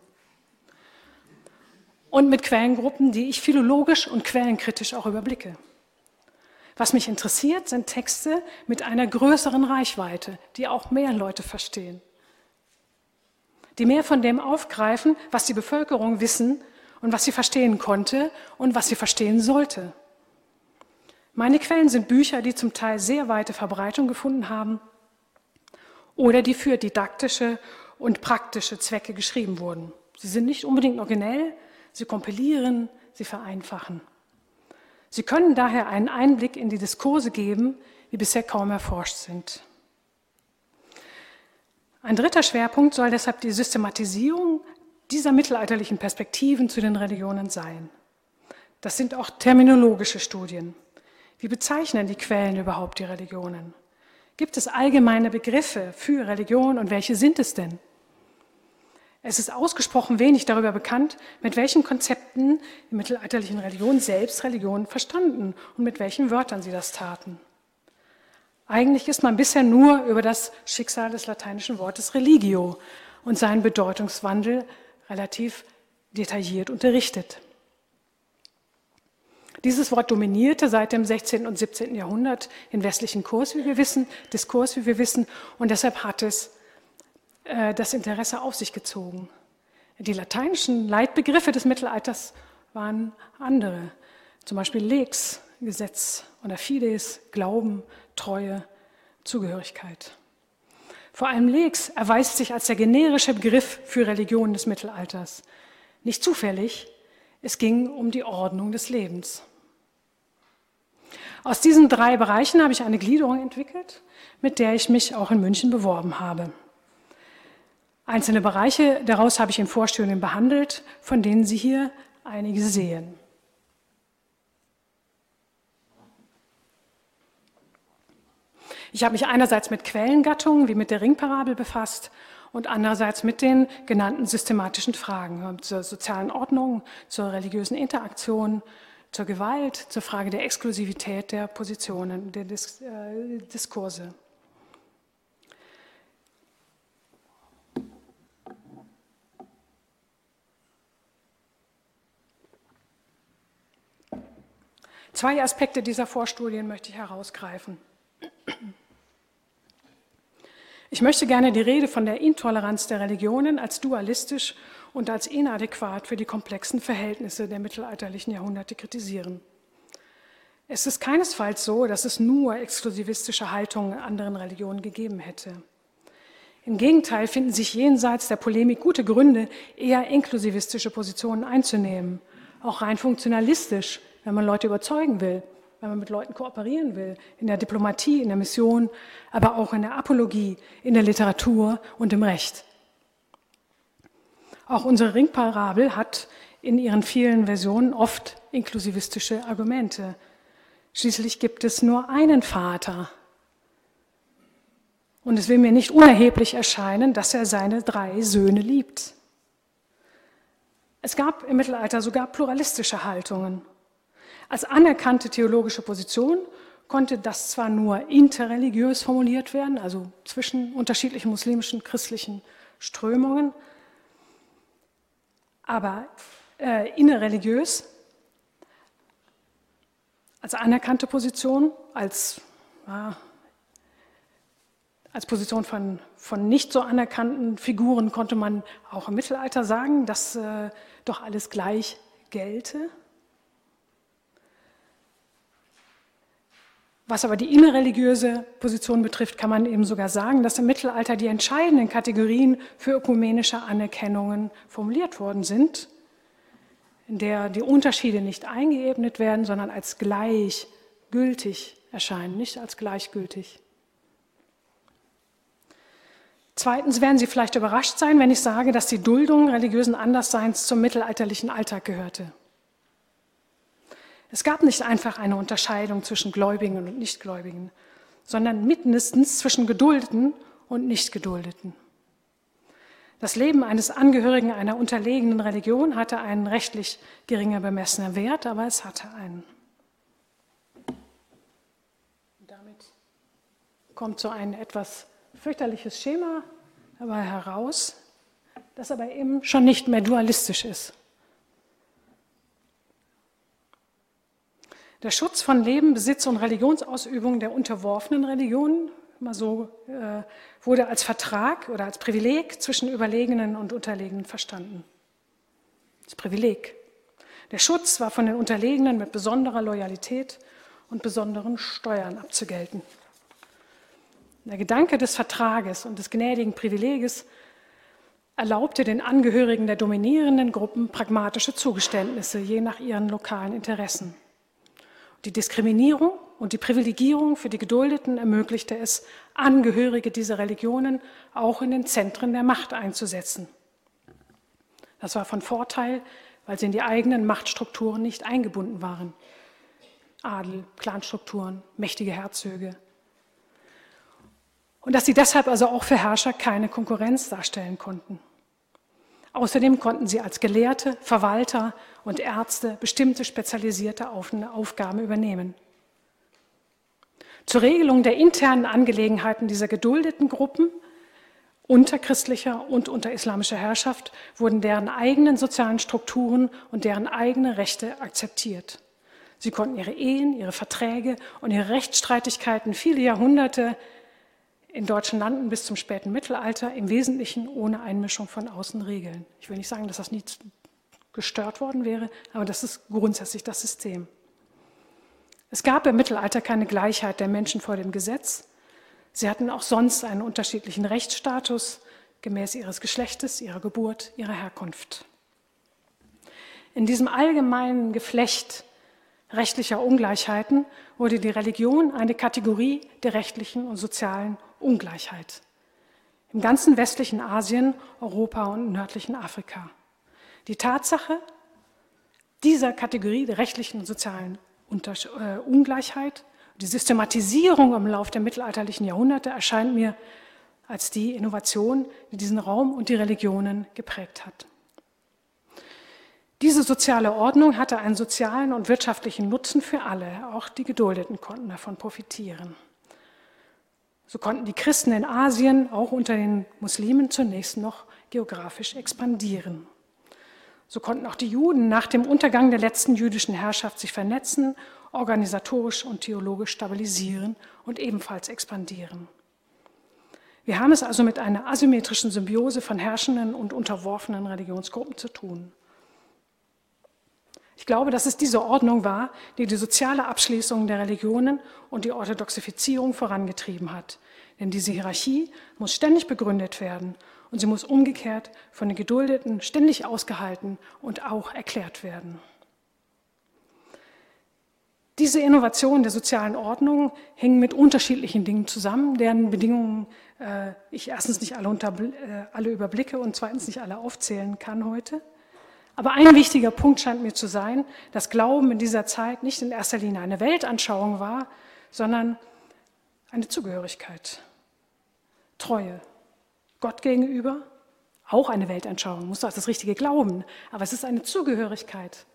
Und mit Quellengruppen, die ich philologisch und quellenkritisch auch überblicke. Was mich interessiert, sind Texte mit einer größeren Reichweite, die auch mehr Leute verstehen. Die mehr von dem aufgreifen, was die Bevölkerung wissen und was sie verstehen konnte und was sie verstehen sollte. Meine Quellen sind Bücher, die zum Teil sehr weite Verbreitung gefunden haben oder die für didaktische und praktische Zwecke geschrieben wurden. Sie sind nicht unbedingt originell, sie kompilieren, sie vereinfachen. Sie können daher einen Einblick in die Diskurse geben, die bisher kaum erforscht sind. Ein dritter Schwerpunkt soll deshalb die Systematisierung dieser mittelalterlichen Perspektiven zu den Religionen sein. Das sind auch terminologische Studien. Wie bezeichnen die Quellen überhaupt die Religionen? Gibt es allgemeine Begriffe für Religion und welche sind es denn? Es ist ausgesprochen wenig darüber bekannt, mit welchen Konzepten die mittelalterlichen Religionen selbst Religionen verstanden und mit welchen Wörtern sie das taten. Eigentlich ist man bisher nur über das Schicksal des lateinischen Wortes religio und seinen Bedeutungswandel relativ detailliert unterrichtet. Dieses Wort dominierte seit dem sechzehnten und siebzehnten Jahrhundert in westlichen Kurs, wie wir wissen, Diskurs, wie wir wissen, und deshalb hat es äh, das Interesse auf sich gezogen. Die lateinischen Leitbegriffe des Mittelalters waren andere, zum Beispiel lex, Gesetz, oder fides, Glauben, Treue, Zugehörigkeit. Vor allem lex erweist sich als der generische Begriff für Religion des Mittelalters. Nicht zufällig, es ging um die Ordnung des Lebens. Aus diesen drei Bereichen habe ich eine Gliederung entwickelt, mit der ich mich auch in München beworben habe. Einzelne Bereiche daraus habe ich in Vorstudien behandelt, von denen Sie hier einige sehen. Ich habe mich einerseits mit Quellengattungen wie mit der Ringparabel befasst und andererseits mit den genannten systematischen Fragen zur sozialen Ordnung, zur religiösen Interaktion, zur Gewalt, zur Frage der Exklusivität der Positionen, der Dis äh, Diskurse. Zwei Aspekte dieser Vorstudien möchte ich herausgreifen. Ich möchte gerne die Rede von der Intoleranz der Religionen als dualistisch und als inadäquat für die komplexen Verhältnisse der mittelalterlichen Jahrhunderte kritisieren. Es ist keinesfalls so, dass es nur exklusivistische Haltungen anderen Religionen gegeben hätte. Im Gegenteil finden sich jenseits der Polemik gute Gründe, eher inklusivistische Positionen einzunehmen, auch rein funktionalistisch, wenn man Leute überzeugen will, wenn man mit Leuten kooperieren will, in der Diplomatie, in der Mission, aber auch in der Apologie, in der Literatur und im Recht. Auch unsere Ringparabel hat in ihren vielen Versionen oft inklusivistische Argumente. Schließlich gibt es nur einen Vater. Und es will mir nicht unerheblich erscheinen, dass er seine drei Söhne liebt. Es gab im Mittelalter sogar pluralistische Haltungen. Als anerkannte theologische Position konnte das zwar nur interreligiös formuliert werden, also zwischen unterschiedlichen muslimischen, christlichen Strömungen, aber äh, innerreligiös, als anerkannte Position, als, ja, als Position von, von nicht so anerkannten Figuren konnte man auch im Mittelalter sagen, dass äh, doch alles gleich gelte. Was aber die innerreligiöse Position betrifft, kann man eben sogar sagen, dass im Mittelalter die entscheidenden Kategorien für ökumenische Anerkennungen formuliert worden sind, in der die Unterschiede nicht eingeebnet werden, sondern als gleichgültig erscheinen, nicht als gleichgültig. Zweitens werden Sie vielleicht überrascht sein, wenn ich sage, dass die Duldung religiösen Andersseins zum mittelalterlichen Alltag gehörte. Es gab nicht einfach eine Unterscheidung zwischen Gläubigen und Nichtgläubigen, sondern mindestens zwischen Geduldeten und Nichtgeduldeten. Das Leben eines Angehörigen einer unterlegenen Religion hatte einen rechtlich geringer bemessenen Wert, aber es hatte einen. Damit kommt so ein etwas fürchterliches Schema dabei heraus, das aber eben schon nicht mehr dualistisch ist. Der Schutz von Leben, Besitz und Religionsausübung der unterworfenen Religionen mal so, äh, wurde als Vertrag oder als Privileg zwischen Überlegenen und Unterlegenen verstanden. Das Privileg. Der Schutz war von den Unterlegenen mit besonderer Loyalität und besonderen Steuern abzugelten. Der Gedanke des Vertrages und des gnädigen Privileges erlaubte den Angehörigen der dominierenden Gruppen pragmatische Zugeständnisse, je nach ihren lokalen Interessen. Die Diskriminierung und die Privilegierung für die Geduldeten ermöglichte es, Angehörige dieser Religionen auch in den Zentren der Macht einzusetzen. Das war von Vorteil, weil sie in die eigenen Machtstrukturen nicht eingebunden waren. Adel, Clanstrukturen, mächtige Herzöge. Und dass sie deshalb also auch für Herrscher keine Konkurrenz darstellen konnten. Außerdem konnten sie als Gelehrte, Verwalter und Ärzte bestimmte spezialisierte Aufgaben übernehmen. Zur Regelung der internen Angelegenheiten dieser geduldeten Gruppen unter christlicher und unter islamischer Herrschaft wurden deren eigenen sozialen Strukturen und deren eigene Rechte akzeptiert. Sie konnten ihre Ehen, ihre Verträge und ihre Rechtsstreitigkeiten viele Jahrhunderte in deutschen Landen bis zum späten Mittelalter im Wesentlichen ohne Einmischung von außen regeln. Ich will nicht sagen, dass das nie gestört worden wäre, aber das ist grundsätzlich das System. Es gab im Mittelalter keine Gleichheit der Menschen vor dem Gesetz. Sie hatten auch sonst einen unterschiedlichen Rechtsstatus gemäß ihres Geschlechtes, ihrer Geburt, ihrer Herkunft. In diesem allgemeinen Geflecht rechtlicher Ungleichheiten wurde die Religion eine Kategorie der rechtlichen und sozialen Ungleichheit. Im ganzen westlichen Asien, Europa und nördlichen Afrika. Die Tatsache dieser Kategorie der rechtlichen und sozialen Ungleichheit, die Systematisierung im Laufe der mittelalterlichen Jahrhunderte erscheint mir als die Innovation, die diesen Raum und die Religionen geprägt hat. Diese soziale Ordnung hatte einen sozialen und wirtschaftlichen Nutzen für alle, auch die Geduldeten konnten davon profitieren. So konnten die Christen in Asien auch unter den Muslimen zunächst noch geografisch expandieren. So konnten auch die Juden nach dem Untergang der letzten jüdischen Herrschaft sich vernetzen, organisatorisch und theologisch stabilisieren und ebenfalls expandieren. Wir haben es also mit einer asymmetrischen Symbiose von herrschenden und unterworfenen Religionsgruppen zu tun. Ich glaube, dass es diese Ordnung war, die die soziale Abschließung der Religionen und die Orthodoxifizierung vorangetrieben hat. Denn diese Hierarchie muss ständig begründet werden und sie muss umgekehrt von den Geduldeten ständig ausgehalten und auch erklärt werden. Diese Innovation der sozialen Ordnung hängen mit unterschiedlichen Dingen zusammen, deren Bedingungen äh, ich erstens nicht alle, unter, äh, alle überblicke und zweitens nicht alle aufzählen kann heute. Aber ein wichtiger Punkt scheint mir zu sein, dass Glauben in dieser Zeit nicht in erster Linie eine Weltanschauung war, sondern eine Zugehörigkeit, Treue, Gott gegenüber, auch eine Weltanschauung, muss doch das richtige Glauben, aber es ist eine Zugehörigkeit,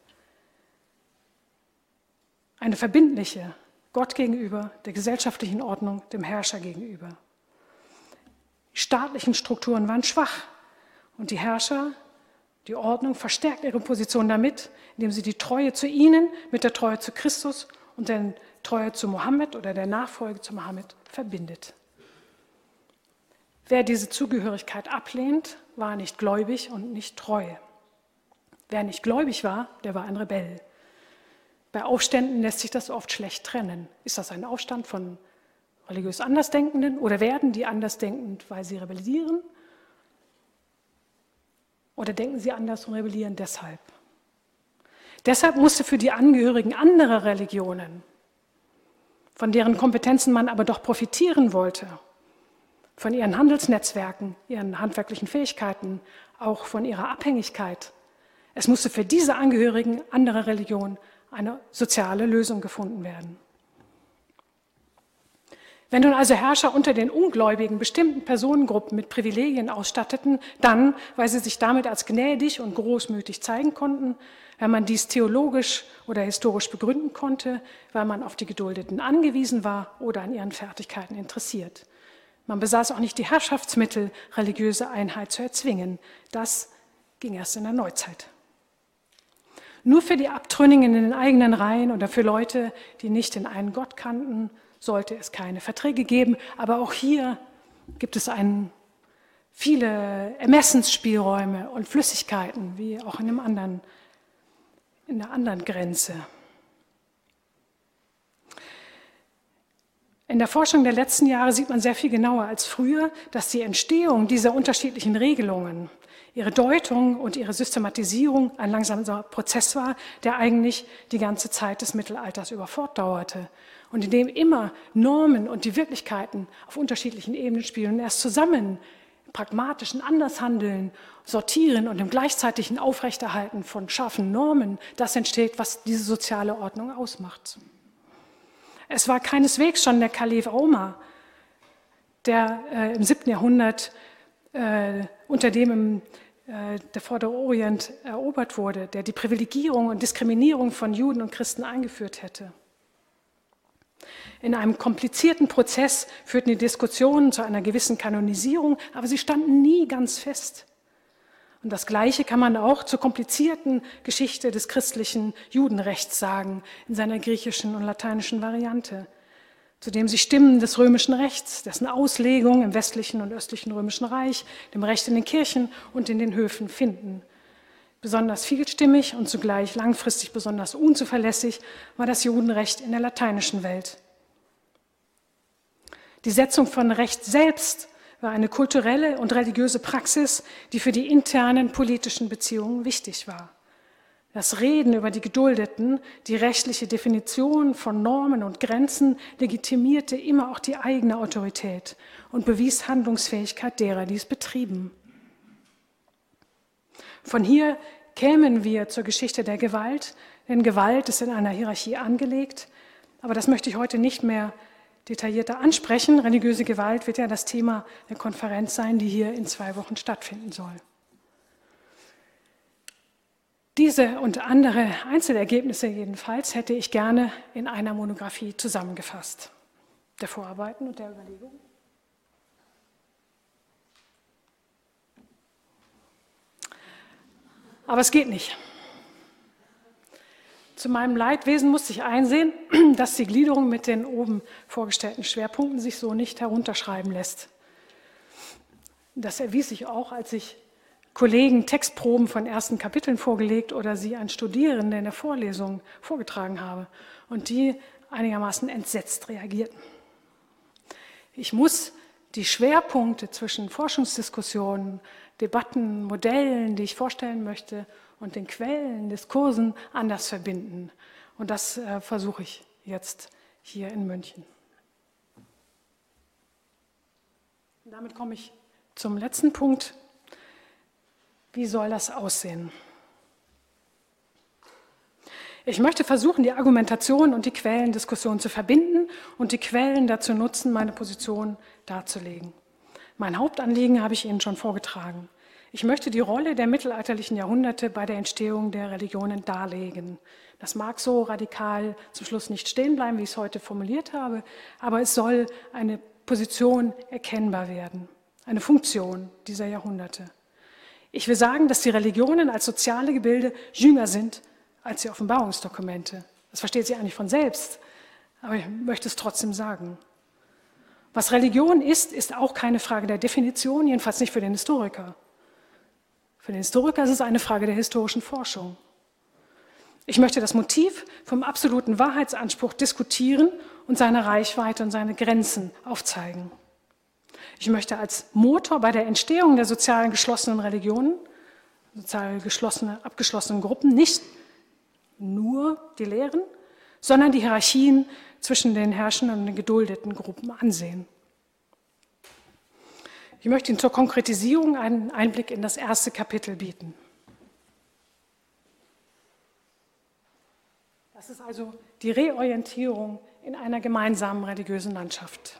eine verbindliche, Gott gegenüber, der gesellschaftlichen Ordnung, dem Herrscher gegenüber. Die staatlichen Strukturen waren schwach und die Herrscher, die Ordnung verstärkt ihre Position damit, indem sie die Treue zu ihnen mit der Treue zu Christus und der Treue zu Mohammed oder der Nachfolge zu Mohammed verbindet. Wer diese Zugehörigkeit ablehnt, war nicht gläubig und nicht treu. Wer nicht gläubig war, der war ein Rebell. Bei Aufständen lässt sich das oft schlecht trennen. Ist das ein Aufstand von religiös Andersdenkenden oder werden die andersdenkend, weil sie rebellieren? Oder denken sie anders und rebellieren deshalb? Deshalb musste für die Angehörigen anderer Religionen, von deren Kompetenzen man aber doch profitieren wollte, von ihren Handelsnetzwerken, ihren handwerklichen Fähigkeiten, auch von ihrer Abhängigkeit, es musste für diese Angehörigen anderer Religionen eine soziale Lösung gefunden werden. Wenn nun also Herrscher unter den Ungläubigen bestimmten Personengruppen mit Privilegien ausstatteten, dann, weil sie sich damit als gnädig und großmütig zeigen konnten, weil man dies theologisch oder historisch begründen konnte, weil man auf die Geduldeten angewiesen war oder an ihren Fertigkeiten interessiert. Man besaß auch nicht die Herrschaftsmittel, religiöse Einheit zu erzwingen. Das ging erst in der Neuzeit. Nur für die Abtrünnigen in den eigenen Reihen oder für Leute, die nicht den einen Gott kannten, sollte es keine Verträge geben. Aber auch hier gibt es einen, viele Ermessensspielräume und Flüssigkeiten, wie auch in, einem anderen, in einer anderen Grenze. In der Forschung der letzten Jahre sieht man sehr viel genauer als früher, dass die Entstehung dieser unterschiedlichen Regelungen Ihre Deutung und ihre Systematisierung ein langsamer Prozess war, der eigentlich die ganze Zeit des Mittelalters über fortdauerte und in dem immer Normen und die Wirklichkeiten auf unterschiedlichen Ebenen spielen und erst zusammen im pragmatischen Andershandeln, Sortieren und im gleichzeitigen Aufrechterhalten von scharfen Normen das entsteht, was diese soziale Ordnung ausmacht. Es war keineswegs schon der Kalif Omar, der äh, im siebten Jahrhundert äh, unter dem im, äh, der Vordere Orient erobert wurde, der die Privilegierung und Diskriminierung von Juden und Christen eingeführt hätte. In einem komplizierten Prozess führten die Diskussionen zu einer gewissen Kanonisierung, aber sie standen nie ganz fest. Und das Gleiche kann man auch zur komplizierten Geschichte des christlichen Judenrechts sagen, in seiner griechischen und lateinischen Variante, zu dem sich Stimmen des römischen Rechts, dessen Auslegung im westlichen und östlichen römischen Reich, dem Recht in den Kirchen und in den Höfen finden. Besonders vielstimmig und zugleich langfristig besonders unzuverlässig war das Judenrecht in der lateinischen Welt. Die Setzung von Recht selbst war eine kulturelle und religiöse Praxis, die für die internen politischen Beziehungen wichtig war. Das Reden über die Geduldeten, die rechtliche Definition von Normen und Grenzen legitimierte immer auch die eigene Autorität und bewies Handlungsfähigkeit derer, die es betrieben. Von hier kämen wir zur Geschichte der Gewalt, denn Gewalt ist in einer Hierarchie angelegt, aber das möchte ich heute nicht mehr detaillierter ansprechen. Religiöse Gewalt wird ja das Thema der Konferenz sein, die hier in zwei Wochen stattfinden soll. Diese und andere Einzelergebnisse jedenfalls hätte ich gerne in einer Monographie zusammengefasst. Der Vorarbeiten und der Überlegung. Aber es geht nicht. Zu meinem Leidwesen musste ich einsehen, dass die Gliederung mit den oben vorgestellten Schwerpunkten sich so nicht herunterschreiben lässt. Das erwies sich auch, als ich Kollegen Textproben von ersten Kapiteln vorgelegt oder sie an Studierende in der Vorlesung vorgetragen habe und die einigermaßen entsetzt reagierten. Ich muss die Schwerpunkte zwischen Forschungsdiskussionen, Debatten, Modellen, die ich vorstellen möchte, und den Quellen, Diskursen anders verbinden. Und das äh, versuche ich jetzt hier in München. Und damit komme ich zum letzten Punkt. Wie soll das aussehen? Ich möchte versuchen, die Argumentation und die Quellendiskussion zu verbinden und die Quellen dazu nutzen, meine Position darzulegen. Mein Hauptanliegen habe ich Ihnen schon vorgetragen. Ich möchte die Rolle der mittelalterlichen Jahrhunderte bei der Entstehung der Religionen darlegen. Das mag so radikal zum Schluss nicht stehen bleiben, wie ich es heute formuliert habe, aber es soll eine Position erkennbar werden, eine Funktion dieser Jahrhunderte. Ich will sagen, dass die Religionen als soziale Gebilde jünger sind als die Offenbarungsdokumente. Das versteht sich eigentlich von selbst, aber ich möchte es trotzdem sagen. Was Religion ist, ist auch keine Frage der Definition, jedenfalls nicht für den Historiker. Für den Historiker ist es eine Frage der historischen Forschung. Ich möchte das Motiv vom absoluten Wahrheitsanspruch diskutieren und seine Reichweite und seine Grenzen aufzeigen. Ich möchte als Motor bei der Entstehung der sozial geschlossenen Religionen, sozial geschlossene, abgeschlossenen Gruppen, nicht nur die Lehren, sondern die Hierarchien zwischen den herrschenden und den geduldeten Gruppen ansehen. Ich möchte Ihnen zur Konkretisierung einen Einblick in das erste Kapitel bieten. Das ist also die Reorientierung in einer gemeinsamen religiösen Landschaft.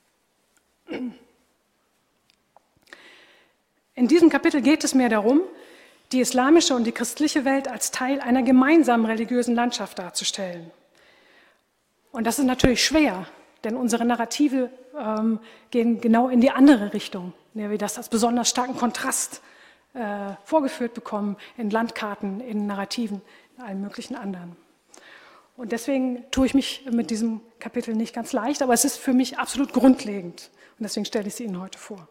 In diesem Kapitel geht es mir darum, die islamische und die christliche Welt als Teil einer gemeinsamen religiösen Landschaft darzustellen. Und das ist natürlich schwer, denn unsere Narrative ähm, gehen genau in die andere Richtung, in der wir das als besonders starken Kontrast äh, vorgeführt bekommen, in Landkarten, in Narrativen, in allen möglichen anderen. Und deswegen tue ich mich mit diesem Kapitel nicht ganz leicht, aber es ist für mich absolut grundlegend. Und deswegen stelle ich es Ihnen heute vor.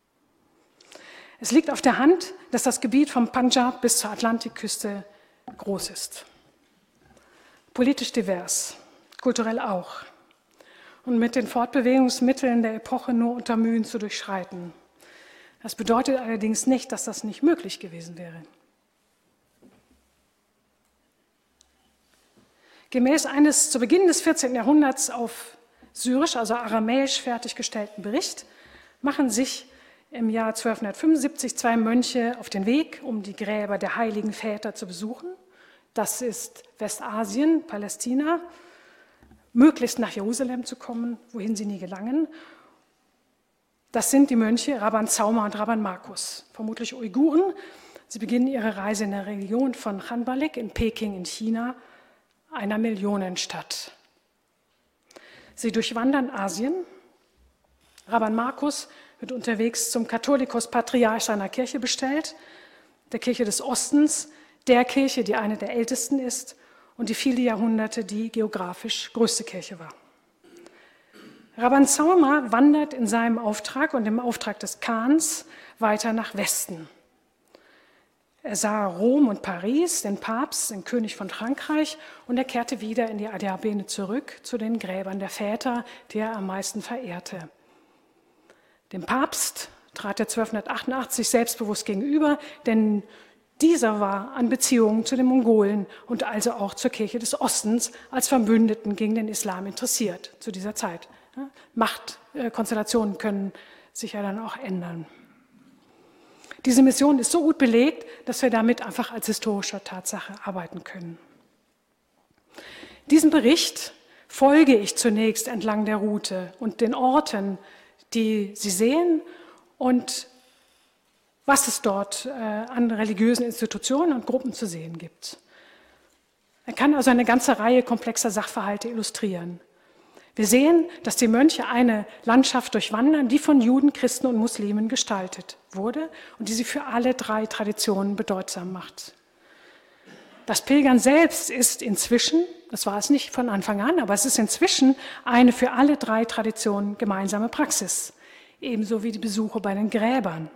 Es liegt auf der Hand, dass das Gebiet vom Pandschab bis zur Atlantikküste groß ist. Politisch divers, kulturell auch. Und mit den Fortbewegungsmitteln der Epoche nur unter Mühen zu durchschreiten. Das bedeutet allerdings nicht, dass das nicht möglich gewesen wäre. Gemäß eines zu Beginn des vierzehnten Jahrhunderts auf Syrisch, also aramäisch fertiggestellten Bericht, machen sich im Jahr zwölfhundertfünfundsiebzig zwei Mönche auf den Weg, um die Gräber der heiligen Väter zu besuchen. Das ist Westasien, Palästina, möglichst nach Jerusalem zu kommen, wohin sie nie gelangen. Das sind die Mönche Rabban Zauma und Rabban Markus, vermutlich Uiguren. Sie beginnen ihre Reise in der Region von Chanbalik in Peking in China, einer Millionenstadt. Sie durchwandern Asien. Rabban Markus wird unterwegs zum Katholikos Patriarch seiner Kirche bestellt, der Kirche des Ostens, der Kirche, die eine der ältesten ist und die viele Jahrhunderte die geografisch größte Kirche war. Rabban Zauma wandert in seinem Auftrag und im Auftrag des Khans weiter nach Westen. Er sah Rom und Paris, den Papst, den König von Frankreich, und er kehrte wieder in die Adiabene zurück zu den Gräbern der Väter, die er am meisten verehrte. Dem Papst trat er zwölfhundertachtundachtzig selbstbewusst gegenüber, denn dieser war an Beziehungen zu den Mongolen und also auch zur Kirche des Ostens als Verbündeten gegen den Islam interessiert zu dieser Zeit. Machtkonstellationen können sich ja dann auch ändern. Diese Mission ist so gut belegt, dass wir damit einfach als historische Tatsache arbeiten können. Diesem Bericht folge ich zunächst entlang der Route und den Orten, die Sie sehen und was es dort äh, an religiösen Institutionen und Gruppen zu sehen gibt. Er kann also eine ganze Reihe komplexer Sachverhalte illustrieren. Wir sehen, dass die Mönche eine Landschaft durchwandern, die von Juden, Christen und Muslimen gestaltet wurde und die sie für alle drei Traditionen bedeutsam macht. Das Pilgern selbst ist inzwischen, das war es nicht von Anfang an, aber es ist inzwischen eine für alle drei Traditionen gemeinsame Praxis, ebenso wie die Besuche bei den Gräbern.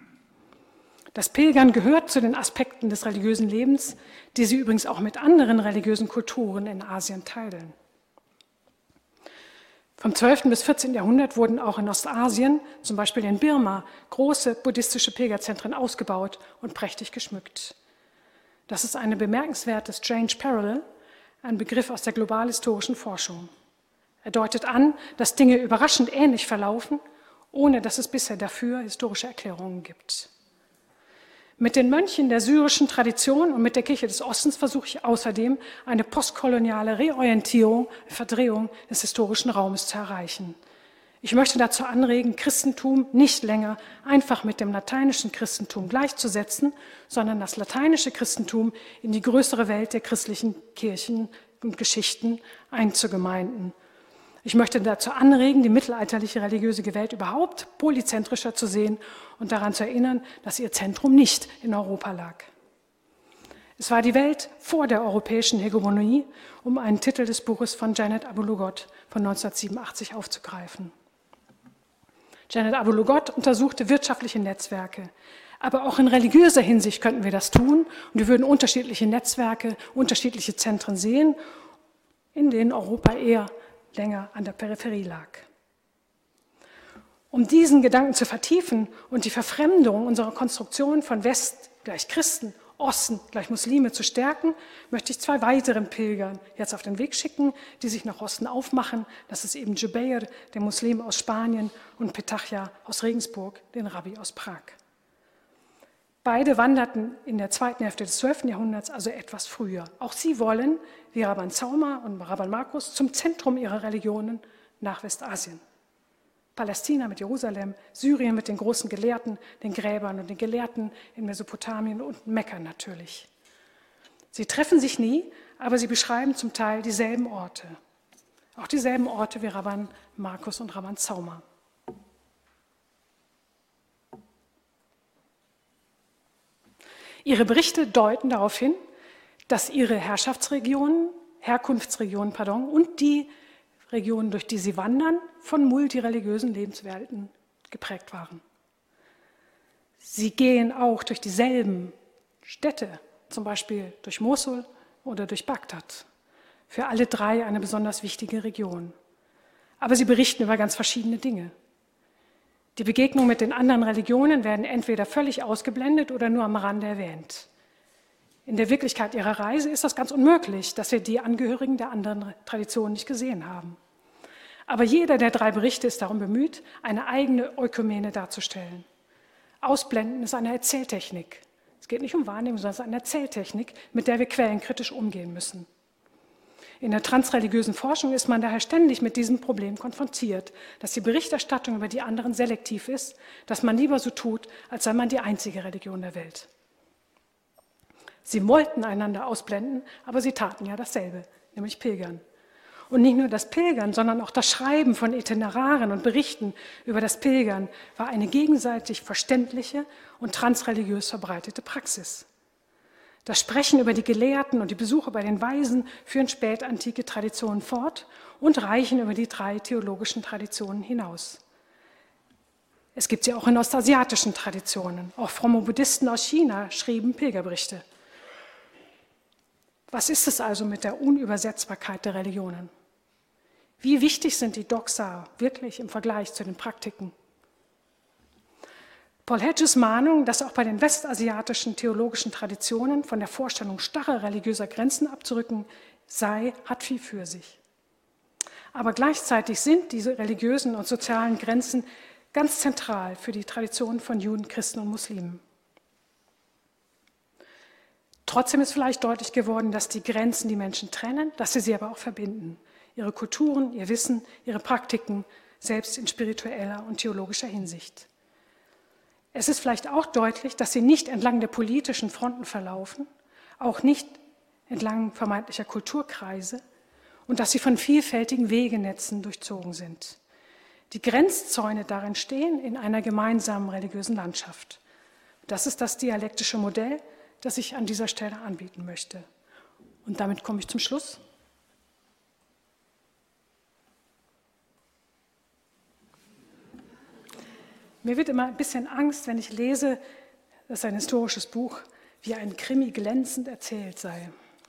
Das Pilgern gehört zu den Aspekten des religiösen Lebens, die sie übrigens auch mit anderen religiösen Kulturen in Asien teilen. Vom zwölften bis vierzehnten Jahrhundert wurden auch in Ostasien, zum Beispiel in Birma, große buddhistische Pilgerzentren ausgebaut und prächtig geschmückt. Das ist eine bemerkenswerte Strange Parallel, ein Begriff aus der globalhistorischen Forschung. Er deutet an, dass Dinge überraschend ähnlich verlaufen, ohne dass es bisher dafür historische Erklärungen gibt. Mit den Mönchen der syrischen Tradition und mit der Kirche des Ostens versuche ich außerdem, eine postkoloniale Reorientierung, Verdrehung des historischen Raumes zu erreichen. Ich möchte dazu anregen, Christentum nicht länger einfach mit dem lateinischen Christentum gleichzusetzen, sondern das lateinische Christentum in die größere Welt der christlichen Kirchen und Geschichten einzugemeinden. Ich möchte dazu anregen, die mittelalterliche religiöse Welt überhaupt polyzentrischer zu sehen und daran zu erinnern, dass ihr Zentrum nicht in Europa lag. Es war die Welt vor der europäischen Hegemonie, um einen Titel des Buches von Janet Abu-Lughod von neunzehnhundertsiebenundachtzig aufzugreifen. Janet Abu-Lughod untersuchte wirtschaftliche Netzwerke, aber auch in religiöser Hinsicht könnten wir das tun und wir würden unterschiedliche Netzwerke, unterschiedliche Zentren sehen, in denen Europa eher länger an der Peripherie lag. Um diesen Gedanken zu vertiefen und die Verfremdung unserer Konstruktion von West gleich Christen, Osten gleich Muslime zu stärken, möchte ich zwei weiteren Pilgern jetzt auf den Weg schicken, die sich nach Osten aufmachen. Das ist eben Jubeir, der Muslim aus Spanien, und Petachia aus Regensburg, den Rabbi aus Prag. Beide wanderten in der zweiten Hälfte des zwölften Jahrhunderts, also etwas früher. Auch sie wollen, wie Rabban Zauma und Rabban Markus, zum Zentrum ihrer Religionen nach Westasien. Palästina mit Jerusalem, Syrien mit den großen Gelehrten, den Gräbern und den Gelehrten in Mesopotamien und Mekka natürlich. Sie treffen sich nie, aber sie beschreiben zum Teil dieselben Orte. Auch dieselben Orte wie Rabban Markus und Rabban Zauma. Ihre Berichte deuten darauf hin, dass ihre Herrschaftsregionen, Herkunftsregionen, pardon, und die Regionen, durch die sie wandern, von multireligiösen Lebenswelten geprägt waren. Sie gehen auch durch dieselben Städte, zum Beispiel durch Mosul oder durch Bagdad. Für alle drei eine besonders wichtige Region. Aber sie berichten über ganz verschiedene Dinge. Die Begegnungen mit den anderen Religionen werden entweder völlig ausgeblendet oder nur am Rande erwähnt. In der Wirklichkeit ihrer Reise ist das ganz unmöglich, dass wir die Angehörigen der anderen Traditionen nicht gesehen haben. Aber jeder der drei Berichte ist darum bemüht, eine eigene Ökumene darzustellen. Ausblenden ist eine Erzähltechnik. Es geht nicht um Wahrnehmung, sondern es ist eine Erzähltechnik, mit der wir quellenkritisch umgehen müssen. In der transreligiösen Forschung ist man daher ständig mit diesem Problem konfrontiert, dass die Berichterstattung über die anderen selektiv ist, dass man lieber so tut, als sei man die einzige Religion der Welt. Sie wollten einander ausblenden, aber sie taten ja dasselbe, nämlich pilgern. Und nicht nur das Pilgern, sondern auch das Schreiben von Itineraren und Berichten über das Pilgern war eine gegenseitig verständliche und transreligiös verbreitete Praxis. Das Sprechen über die Gelehrten und die Besuche bei den Weisen führen spätantike Traditionen fort und reichen über die drei theologischen Traditionen hinaus. Es gibt sie auch in ostasiatischen Traditionen. Auch fromme Buddhisten aus China schrieben Pilgerberichte. Was ist es also mit der Unübersetzbarkeit der Religionen? Wie wichtig sind die Doxa wirklich im Vergleich zu den Praktiken? Paul Hedges Mahnung, dass auch bei den westasiatischen theologischen Traditionen von der Vorstellung starrer religiöser Grenzen abzurücken sei, hat viel für sich. Aber gleichzeitig sind diese religiösen und sozialen Grenzen ganz zentral für die Tradition von Juden, Christen und Muslimen. Trotzdem ist vielleicht deutlich geworden, dass die Grenzen die Menschen trennen, dass sie sie aber auch verbinden. Ihre Kulturen, ihr Wissen, ihre Praktiken, selbst in spiritueller und theologischer Hinsicht. Es ist vielleicht auch deutlich, dass sie nicht entlang der politischen Fronten verlaufen, auch nicht entlang vermeintlicher Kulturkreise und dass sie von vielfältigen Wegenetzen durchzogen sind. Die Grenzzäune darin stehen in einer gemeinsamen religiösen Landschaft. Das ist das dialektische Modell, das ich an dieser Stelle anbieten möchte. Und damit komme ich zum Schluss. Mir wird immer ein bisschen Angst, wenn ich lese, dass ein historisches Buch wie ein Krimi glänzend erzählt sei.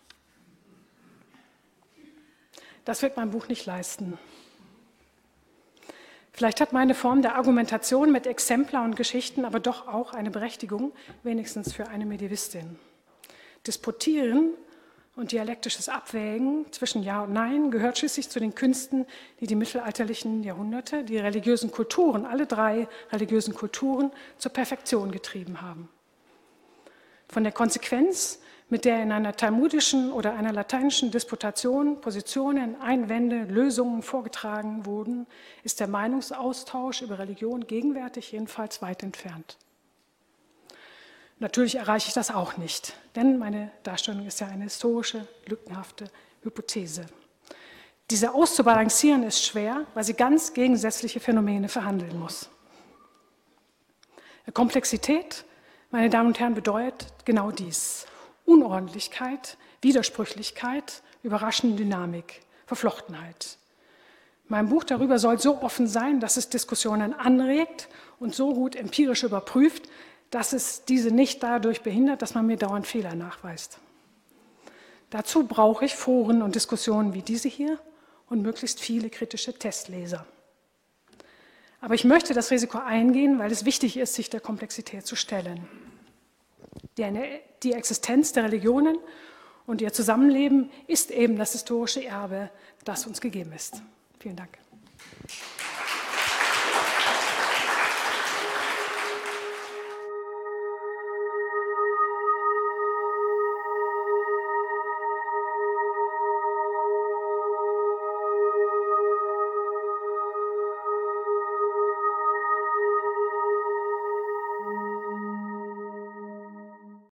Das wird mein Buch nicht leisten. Vielleicht hat meine Form der Argumentation mit Exemplar und Geschichten aber doch auch eine Berechtigung, wenigstens für eine Medievistin. Disputieren und dialektisches Abwägen zwischen Ja und Nein gehört schließlich zu den Künsten, die die mittelalterlichen Jahrhunderte, die religiösen Kulturen, alle drei religiösen Kulturen zur Perfektion getrieben haben. Von der Konsequenz, mit der in einer talmudischen oder einer lateinischen Disputation Positionen, Einwände, Lösungen vorgetragen wurden, ist der Meinungsaustausch über Religion gegenwärtig jedenfalls weit entfernt. Natürlich erreiche ich das auch nicht, denn meine Darstellung ist ja eine historische, lückenhafte Hypothese. Diese auszubalancieren ist schwer, weil sie ganz gegensätzliche Phänomene verhandeln muss. Komplexität, meine Damen und Herren, bedeutet genau dies. Unordentlichkeit, Widersprüchlichkeit, überraschende Dynamik, Verflochtenheit. Mein Buch darüber soll so offen sein, dass es Diskussionen anregt und so gut empirisch überprüft, dass es diese nicht dadurch behindert, dass man mir dauernd Fehler nachweist. Dazu brauche ich Foren und Diskussionen wie diese hier und möglichst viele kritische Testleser. Aber ich möchte das Risiko eingehen, weil es wichtig ist, sich der Komplexität zu stellen. Die Existenz der Religionen und ihr Zusammenleben ist eben das historische Erbe, das uns gegeben ist. Vielen Dank.